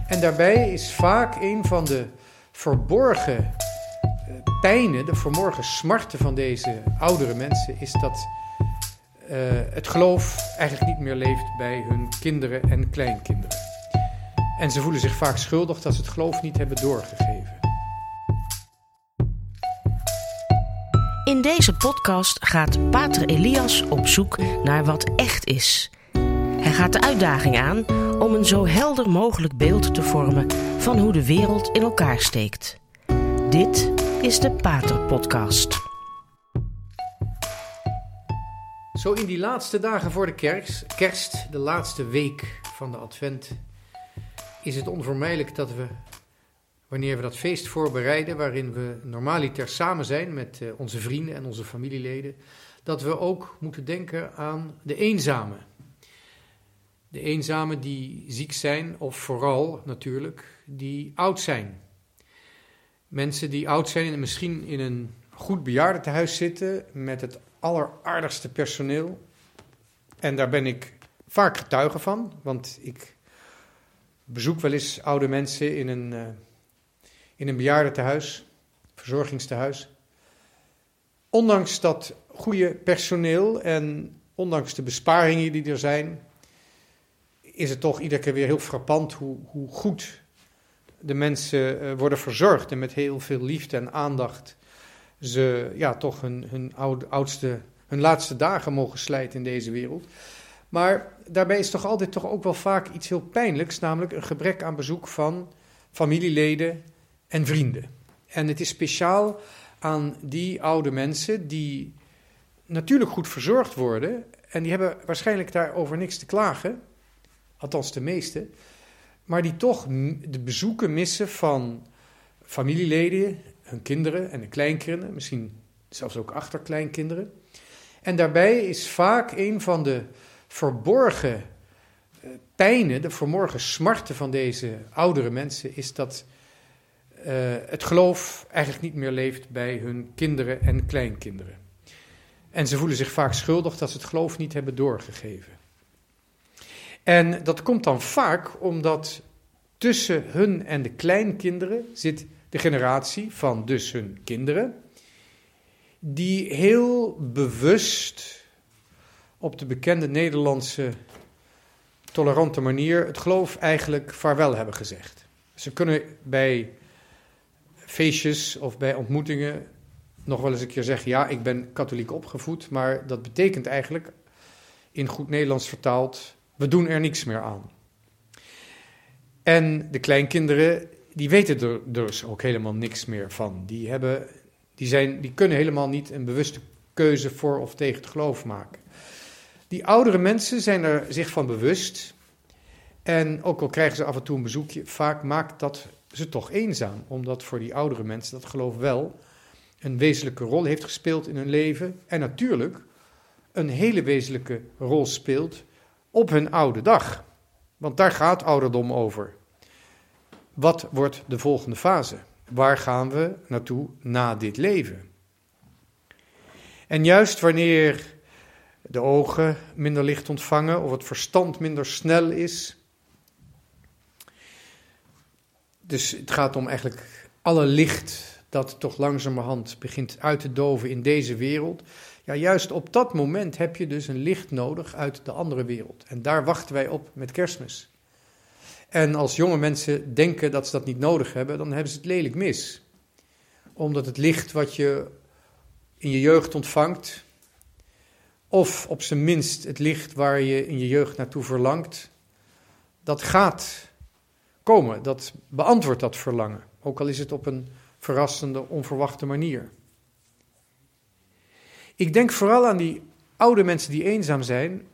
En daarbij is vaak een van de verborgen pijnen, de verborgen smarten van deze oudere mensen, is dat het geloof eigenlijk niet meer leeft bij hun kinderen en kleinkinderen. En ze voelen zich vaak schuldig dat ze het geloof niet hebben doorgegeven. In deze podcast gaat Pater Elias op zoek naar wat echt is. Hij gaat de uitdaging aan om een zo helder mogelijk beeld te vormen van hoe de wereld in elkaar steekt. Dit is de Pater Podcast. Zo in die laatste dagen voor de kerst, de laatste week van de Advent, is het onvermijdelijk dat we, wanneer we dat feest voorbereiden, waarin we normaliter samen zijn met onze vrienden en onze familieleden, dat we ook moeten denken aan de eenzamen. De eenzamen die ziek zijn of vooral natuurlijk die oud zijn. Mensen die oud zijn en misschien in een goed bejaardentehuis zitten met het alleraardigste personeel. En daar ben ik vaak getuige van, want ik bezoek wel eens oude mensen in een bejaardentehuis, verzorgingstehuis. Ondanks dat goede personeel en ondanks de besparingen die er zijn, is het toch iedere keer weer heel frappant hoe goed de mensen worden verzorgd. En met heel veel liefde en aandacht ze toch hun laatste dagen mogen slijten in deze wereld. Maar daarbij is toch altijd toch ook wel vaak iets heel pijnlijks, namelijk een gebrek aan bezoek van familieleden en vrienden. En het is speciaal aan die oude mensen die natuurlijk goed verzorgd worden en die hebben waarschijnlijk daarover niks te klagen, althans de meeste, maar die toch de bezoeken missen van familieleden, hun kinderen en de kleinkinderen, misschien zelfs ook achterkleinkinderen. En daarbij is vaak een van de verborgen pijnen, de verborgen smarten van deze oudere mensen, is dat het geloof eigenlijk niet meer leeft bij hun kinderen en kleinkinderen. En ze voelen zich vaak schuldig dat ze het geloof niet hebben doorgegeven. En dat komt dan vaak omdat tussen hun en de kleinkinderen zit de generatie van dus hun kinderen, die heel bewust op de bekende Nederlandse tolerante manier het geloof eigenlijk vaarwel hebben gezegd. Ze kunnen bij feestjes of bij ontmoetingen nog wel eens een keer zeggen, ja, ik ben katholiek opgevoed, maar dat betekent eigenlijk, in goed Nederlands vertaald, we doen er niks meer aan. En de kleinkinderen, die weten er dus ook helemaal niks meer van. Die kunnen helemaal niet een bewuste keuze voor of tegen het geloof maken. Die oudere mensen zijn er zich van bewust. En ook al krijgen ze af en toe een bezoekje, vaak maakt dat ze toch eenzaam. Omdat voor die oudere mensen dat geloof wel een wezenlijke rol heeft gespeeld in hun leven. En natuurlijk een hele wezenlijke rol speelt op hun oude dag. Want daar gaat ouderdom over. Wat wordt de volgende fase? Waar gaan we naartoe na dit leven? En juist wanneer de ogen minder licht ontvangen of het verstand minder snel is. Dus het gaat om eigenlijk alle licht dat toch langzamerhand begint uit te doven in deze wereld. Ja, juist op dat moment heb je dus een licht nodig uit de andere wereld. En daar wachten wij op met Kerstmis. En als jonge mensen denken dat ze dat niet nodig hebben, dan hebben ze het lelijk mis. Omdat het licht wat je in je jeugd ontvangt, of op zijn minst het licht waar je in je jeugd naartoe verlangt, dat gaat komen, dat beantwoordt dat verlangen. Ook al is het op een verrassende, onverwachte manier. Ik denk vooral aan die oude mensen die eenzaam zijn.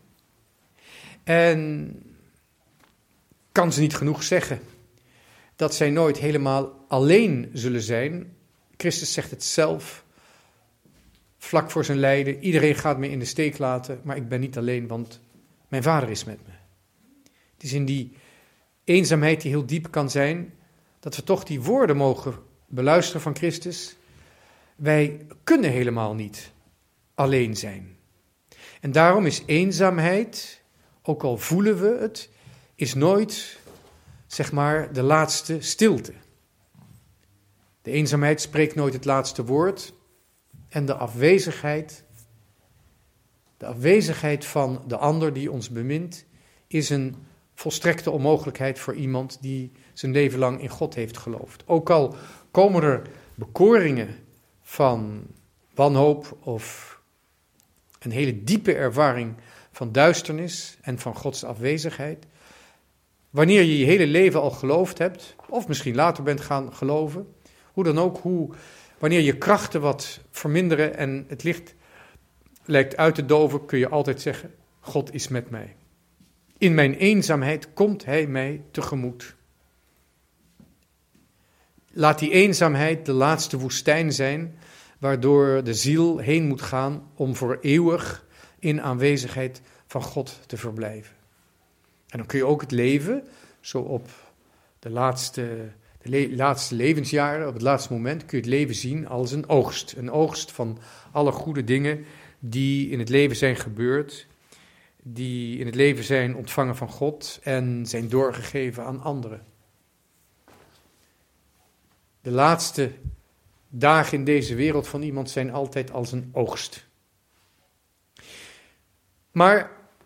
En kan ze niet genoeg zeggen dat zij nooit helemaal alleen zullen zijn. Christus zegt het zelf, vlak voor zijn lijden. Iedereen gaat me in de steek laten, maar ik ben niet alleen, want mijn Vader is met me. Het is in die eenzaamheid die heel diep kan zijn, dat we toch die woorden mogen beluisteren van Christus. Wij kunnen helemaal niet alleen zijn. En daarom is eenzaamheid, ook al voelen we het, is nooit zeg maar, de laatste stilte. De eenzaamheid spreekt nooit het laatste woord. En de afwezigheid van de ander die ons bemint, is een volstrekte onmogelijkheid voor iemand die zijn leven lang in God heeft geloofd. Ook al komen er bekoringen van wanhoop of een hele diepe ervaring van duisternis en van Gods afwezigheid. Wanneer je je hele leven al geloofd hebt, of misschien later bent gaan geloven, hoe dan ook, wanneer je krachten wat verminderen en het licht lijkt uit te doven, kun je altijd zeggen, God is met mij. In mijn eenzaamheid komt Hij mij tegemoet. Laat die eenzaamheid de laatste woestijn zijn, waardoor de ziel heen moet gaan om voor eeuwig in aanwezigheid van God te verblijven. En dan kun je ook het leven, zo op de laatste levensjaren, op het laatste moment, kun je het leven zien als een oogst. Een oogst van alle goede dingen die in het leven zijn gebeurd, die in het leven zijn ontvangen van God en zijn doorgegeven aan anderen. De laatste dagen in deze wereld van iemand zijn altijd als een oogst. Maar,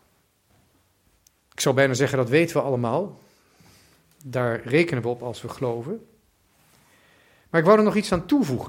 ik zou bijna zeggen, dat weten we allemaal. Daar rekenen we op als we geloven. Maar ik wou er nog iets aan toevoegen.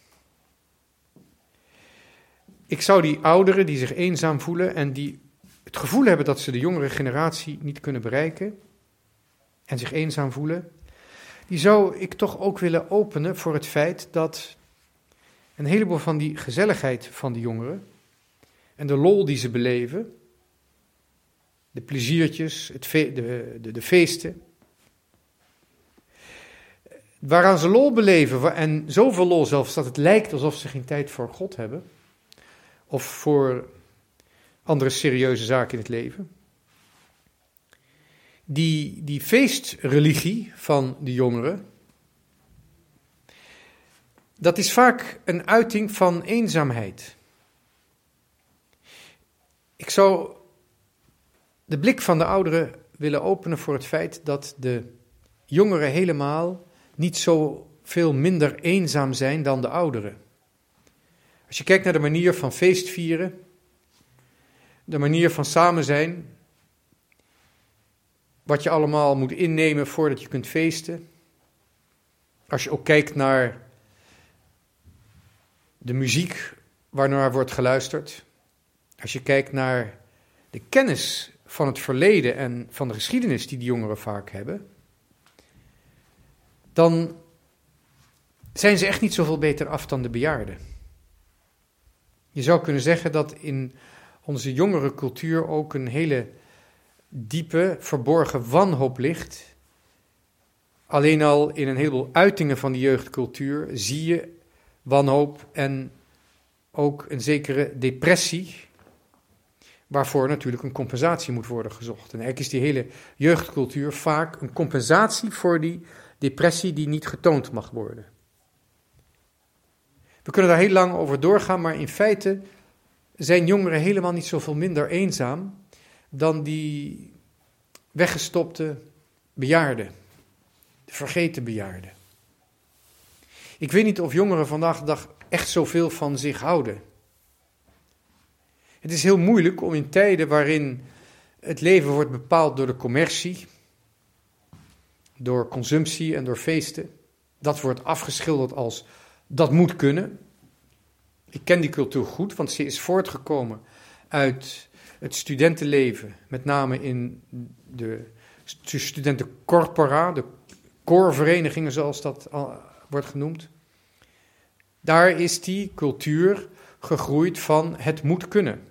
Ik zou die ouderen die zich eenzaam voelen en die het gevoel hebben dat ze de jongere generatie niet kunnen bereiken en zich eenzaam voelen, die zou ik toch ook willen openen voor het feit dat een heleboel van die gezelligheid van die jongeren en de lol die ze beleven, de pleziertjes, de feesten, waaraan ze lol beleven en zoveel lol zelfs dat het lijkt alsof ze geen tijd voor God hebben of voor andere serieuze zaken in het leven. Die feestreligie van de jongeren, dat is vaak een uiting van eenzaamheid. Ik zou de blik van de ouderen willen openen voor het feit dat de jongeren helemaal niet zo veel minder eenzaam zijn dan de ouderen. Als je kijkt naar de manier van feestvieren, de manier van samen zijn, wat je allemaal moet innemen voordat je kunt feesten. Als je ook kijkt naar de muziek waarnaar wordt geluisterd. Als je kijkt naar de kennis van het verleden en van de geschiedenis die jongeren vaak hebben, dan zijn ze echt niet zoveel beter af dan de bejaarden. Je zou kunnen zeggen dat in onze jongere cultuur ook een hele diepe, verborgen wanhoop ligt. Alleen al in een heleboel uitingen van de jeugdcultuur zie je wanhoop en ook een zekere depressie, waarvoor natuurlijk een compensatie moet worden gezocht. En eigenlijk is die hele jeugdcultuur vaak een compensatie voor die depressie die niet getoond mag worden. We kunnen daar heel lang over doorgaan, maar in feite zijn jongeren helemaal niet zoveel minder eenzaam dan die weggestopte bejaarden, de vergeten bejaarden. Ik weet niet of jongeren vandaag de dag echt zoveel van zich houden. Het is heel moeilijk om in tijden waarin het leven wordt bepaald door de commercie, door consumptie en door feesten. Dat wordt afgeschilderd als dat moet kunnen. Ik ken die cultuur goed, want ze is voortgekomen uit het studentenleven, met name in de studentencorpora, de koorverenigingen zoals dat wordt genoemd. Daar is die cultuur gegroeid van het moet kunnen.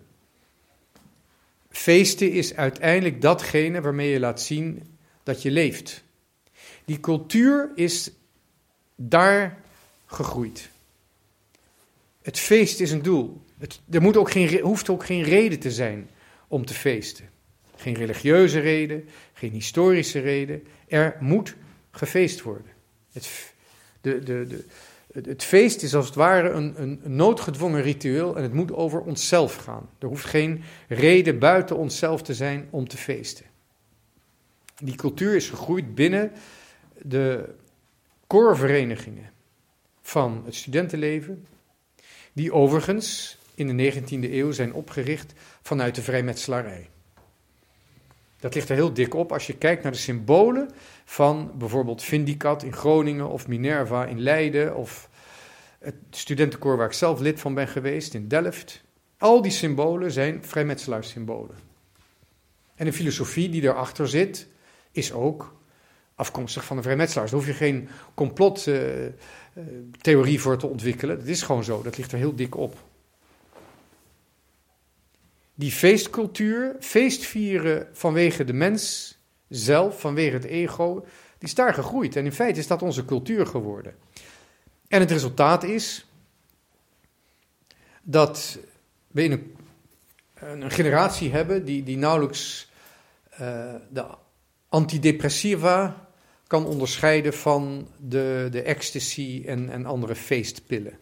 Feesten is uiteindelijk datgene waarmee je laat zien dat je leeft. Die cultuur is daar gegroeid. Het feest is een doel. Hoeft ook geen reden te zijn om te feesten. Geen religieuze reden, geen historische reden. Er moet gefeest worden. Het feest is als het ware een noodgedwongen ritueel en het moet over onszelf gaan. Er hoeft geen reden buiten onszelf te zijn om te feesten. Die cultuur is gegroeid binnen de koorverenigingen van het studentenleven, die overigens in de 19e eeuw zijn opgericht vanuit de vrijmetselarij. Dat ligt er heel dik op als je kijkt naar de symbolen van bijvoorbeeld Vindicat in Groningen of Minerva in Leiden of het studentenkoor waar ik zelf lid van ben geweest in Delft. Al die symbolen zijn vrijmetselaarssymbolen. En de filosofie die daarachter zit is ook afkomstig van de vrijmetselaars. Daar hoef je geen complottheorie voor te ontwikkelen. Dat is gewoon zo, dat ligt er heel dik op. Die feestcultuur, feestvieren vanwege de mens zelf, vanwege het ego, die is daar gegroeid. En in feite is dat onze cultuur geworden. En het resultaat is dat we een generatie hebben die nauwelijks de antidepressiva kan onderscheiden van de ecstasy en andere feestpillen.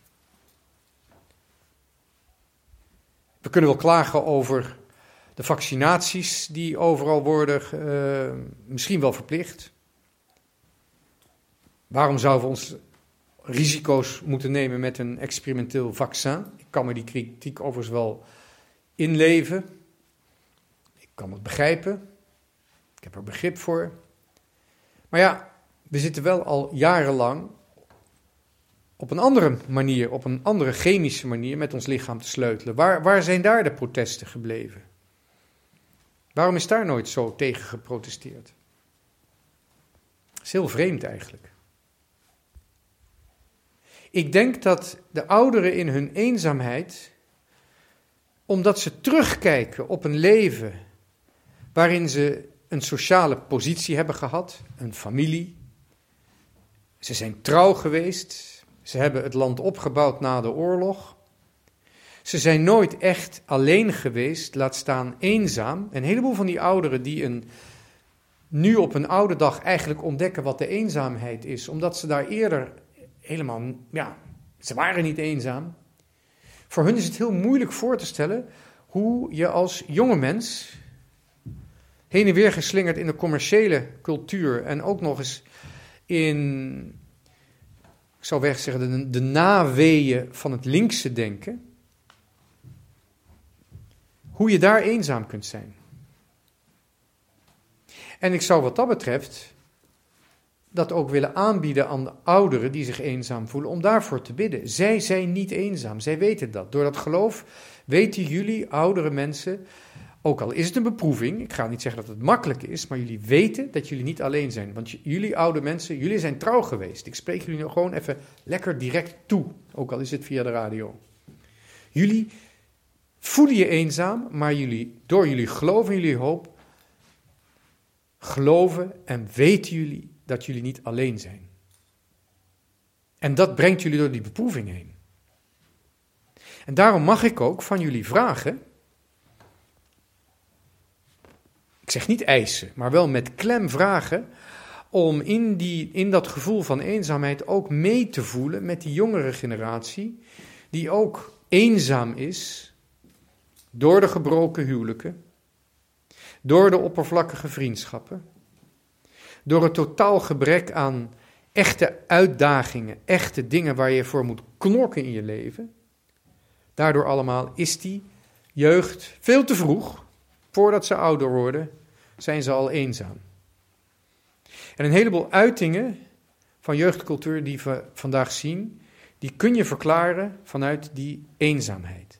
We kunnen wel klagen over de vaccinaties die overal worden misschien wel verplicht. Waarom zouden we ons risico's moeten nemen met een experimenteel vaccin? Ik kan me die kritiek overigens wel inleven. Ik kan het begrijpen. Ik heb er begrip voor. Maar ja, we zitten wel al jarenlang op een andere manier, op een andere chemische manier met ons lichaam te sleutelen. Waar zijn daar de protesten gebleven? Waarom is daar nooit zo tegen geprotesteerd? Dat is heel vreemd eigenlijk. Ik denk dat de ouderen in hun eenzaamheid, omdat ze terugkijken op een leven waarin ze een sociale positie hebben gehad, een familie, ze zijn trouw geweest, ze hebben het land opgebouwd na de oorlog, ze zijn nooit echt alleen geweest, laat staan eenzaam. Een heleboel van die ouderen die nu op een oude dag eigenlijk ontdekken wat de eenzaamheid is, omdat ze daar eerder helemaal, ze waren niet eenzaam. Voor hun is het heel moeilijk voor te stellen hoe je als jonge mens, heen en weer geslingerd in de commerciële cultuur en ook nog eens in, ik zou weg zeggen, de naweeën van het linkse denken, hoe je daar eenzaam kunt zijn. En ik zou wat dat betreft dat ook willen aanbieden aan de ouderen die zich eenzaam voelen, om daarvoor te bidden. Zij zijn niet eenzaam, zij weten dat. Door dat geloof weten jullie, oudere mensen, ook al is het een beproeving, ik ga niet zeggen dat het makkelijk is, maar jullie weten dat jullie niet alleen zijn. Want jullie oude mensen, jullie zijn trouw geweest. Ik spreek jullie nu gewoon even lekker direct toe, ook al is het via de radio. Jullie voelen je eenzaam, maar door jullie geloof en jullie hoop, geloven en weten jullie dat jullie niet alleen zijn. En dat brengt jullie door die beproeving heen. En daarom mag ik ook van jullie vragen, ik zeg niet eisen, maar wel met klem vragen, om in dat gevoel van eenzaamheid ook mee te voelen met die jongere generatie, die ook eenzaam is door de gebroken huwelijken, door de oppervlakkige vriendschappen, door het totaal gebrek aan echte uitdagingen, echte dingen waar je voor moet knokken in je leven. Daardoor allemaal is die jeugd veel te vroeg, voordat ze ouder worden, zijn ze al eenzaam. En een heleboel uitingen van jeugdcultuur die we vandaag zien, die kun je verklaren vanuit die eenzaamheid.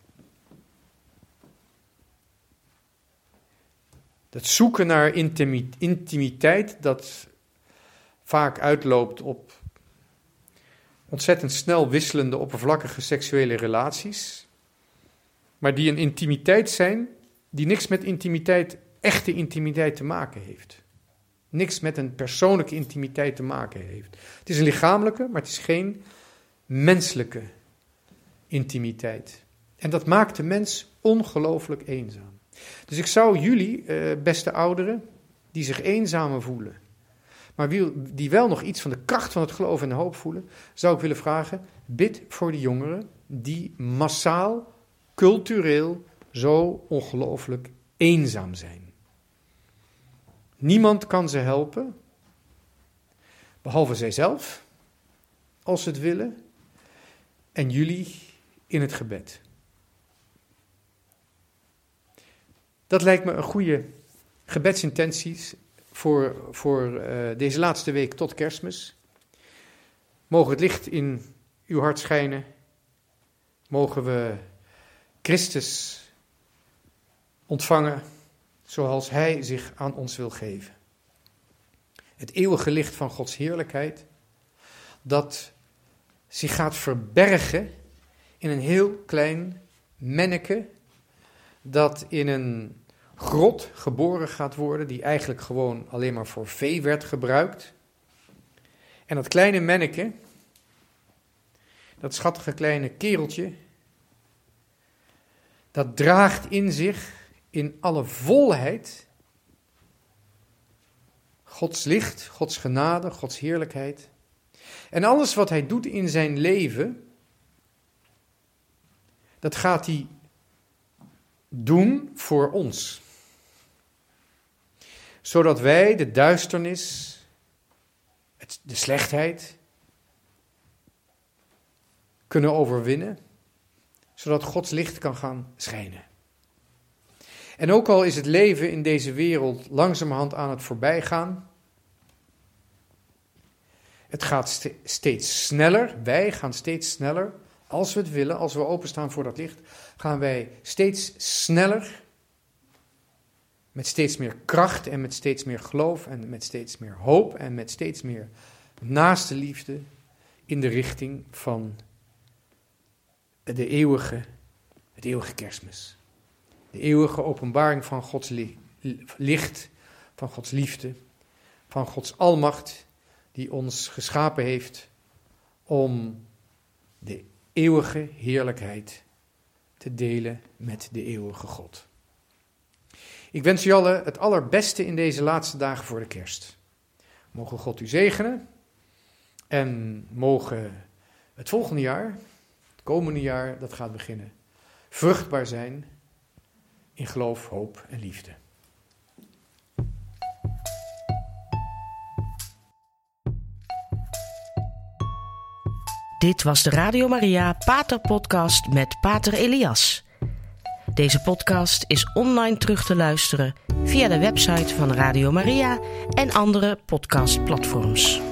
Dat zoeken naar intimiteit, dat vaak uitloopt op ontzettend snel wisselende, oppervlakkige seksuele relaties, maar die een intimiteit zijn, die niks met intimiteit, echte intimiteit te maken heeft. Niks met een persoonlijke intimiteit te maken heeft. Het is een lichamelijke, maar het is geen menselijke intimiteit. En dat maakt de mens ongelooflijk eenzaam. Dus ik zou jullie, beste ouderen, die zich eenzamer voelen, maar die wel nog iets van de kracht van het geloof en de hoop voelen, zou ik willen vragen, bid voor de jongeren die massaal, cultureel, zo ongelooflijk eenzaam zijn. Niemand kan ze helpen, behalve zijzelf, als ze het willen, en jullie in het gebed. Dat lijkt me een goede gebedsintenties voor deze laatste week tot Kerstmis. Mogen het licht in uw hart schijnen. Mogen we Christus ontvangen zoals Hij zich aan ons wil geven. Het eeuwige licht van Gods heerlijkheid, dat zich gaat verbergen in een heel klein menneke, dat in een grot geboren gaat worden, die eigenlijk gewoon alleen maar voor vee werd gebruikt. En dat kleine menneke, dat schattige kleine kereltje, dat draagt in zich in alle volheid Gods licht, Gods genade, Gods heerlijkheid. En alles wat hij doet in zijn leven, dat gaat hij doen voor ons. Zodat wij de duisternis, de slechtheid, kunnen overwinnen. Zodat Gods licht kan gaan schijnen. En ook al is het leven in deze wereld langzamerhand aan het voorbijgaan, het gaat steeds sneller, wij gaan steeds sneller, als we het willen, als we openstaan voor dat licht, gaan wij steeds sneller, met steeds meer kracht en met steeds meer geloof en met steeds meer hoop en met steeds meer naaste liefde in de richting van het eeuwige Kerstmis. De eeuwige openbaring van Gods licht, van Gods liefde, van Gods almacht, die ons geschapen heeft om de eeuwige heerlijkheid te delen met de eeuwige God. Ik wens u allen het allerbeste in deze laatste dagen voor de kerst. Mogen God u zegenen en mogen het volgende jaar, het komende jaar dat gaat beginnen, vruchtbaar zijn in geloof, hoop en liefde. Dit was de Radio Maria Pater Podcast met Pater Elias. Deze podcast is online terug te luisteren via de website van Radio Maria en andere podcastplatforms.